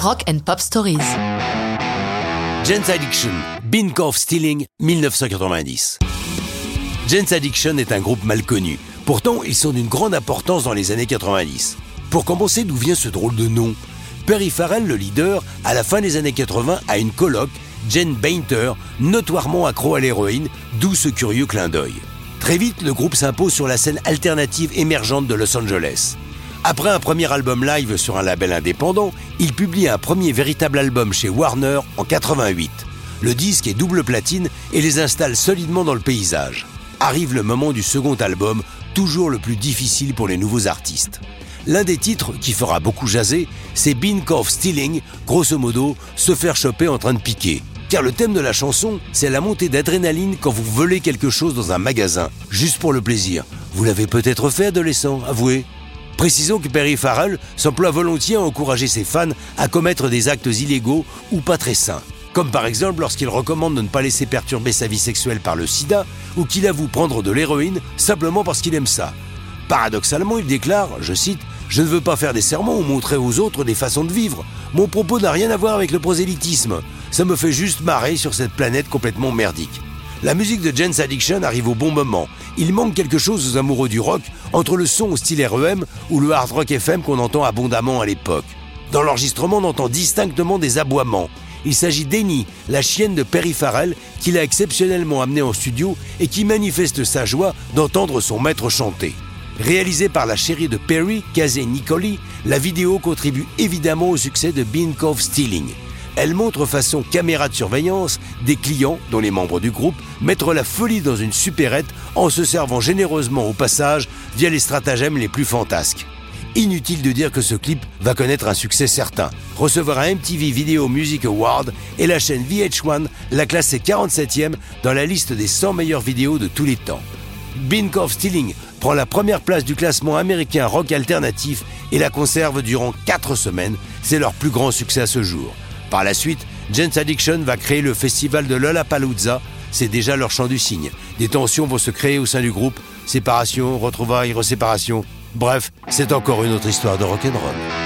Rock and Pop Stories. Jane's Addiction, Bink of Stealing, 1990. Jane's Addiction est un groupe mal connu. Pourtant, ils sont d'une grande importance dans les années 90. Pour commencer, d'où vient ce drôle de nom ? Perry Farrell, le leader, à la fin des années 80, a une coloc, Jane Bainter, notoirement accro à l'héroïne, d'où ce curieux clin d'œil. Très vite, le groupe s'impose sur la scène alternative émergente de Los Angeles. Après un premier album live sur un label indépendant, il publie un premier véritable album chez Warner en 88. Le disque est double platine et les installe solidement dans le paysage. Arrive le moment du second album, toujours le plus difficile pour les nouveaux artistes. L'un des titres qui fera beaucoup jaser, c'est Bink of Stealing, grosso modo, se faire choper en train de piquer. Car le thème de la chanson, c'est la montée d'adrénaline quand vous volez quelque chose dans un magasin, juste pour le plaisir. Vous l'avez peut-être fait adolescent, avouez. Précisons que Perry Farrell s'emploie volontiers à encourager ses fans à commettre des actes illégaux ou pas très sains. Comme par exemple lorsqu'il recommande de ne pas laisser perturber sa vie sexuelle par le sida ou qu'il avoue prendre de l'héroïne simplement parce qu'il aime ça. Paradoxalement, il déclare, je cite, « Je ne veux pas faire des sermons ou montrer aux autres des façons de vivre. Mon propos n'a rien à voir avec le prosélytisme. Ça me fait juste marrer sur cette planète complètement merdique. » La musique de Jane's Addiction arrive au bon moment. Il manque quelque chose aux amoureux du rock entre le son au style REM ou le hard rock FM qu'on entend abondamment à l'époque. Dans l'enregistrement, on entend distinctement des aboiements. Il s'agit d'Annie, la chienne de Perry Farrell, qu'il a exceptionnellement amenée en studio et qui manifeste sa joie d'entendre son maître chanter. Réalisée par la chérie de Perry, Casey Nicoli, la vidéo contribue évidemment au succès de Bink of Stealing. Elle montre façon caméra de surveillance des clients, dont les membres du groupe, mettre la folie dans une supérette en se servant généreusement au passage via les stratagèmes les plus fantasques. Inutile de dire que ce clip va connaître un succès certain, recevoir un MTV Video Music Award et la chaîne VH1 l'a classé 47e dans la liste des 100 meilleures vidéos de tous les temps. Bink of Stealing prend la première place du classement américain rock alternatif et la conserve durant 4 semaines. C'est leur plus grand succès à ce jour. Par la suite, Jane's Addiction va créer le festival de Lollapalooza. C'est déjà leur chant du cygne. Des tensions vont se créer au sein du groupe. Séparation, retrouvailles, reséparation. Bref, c'est encore une autre histoire de rock'n'roll.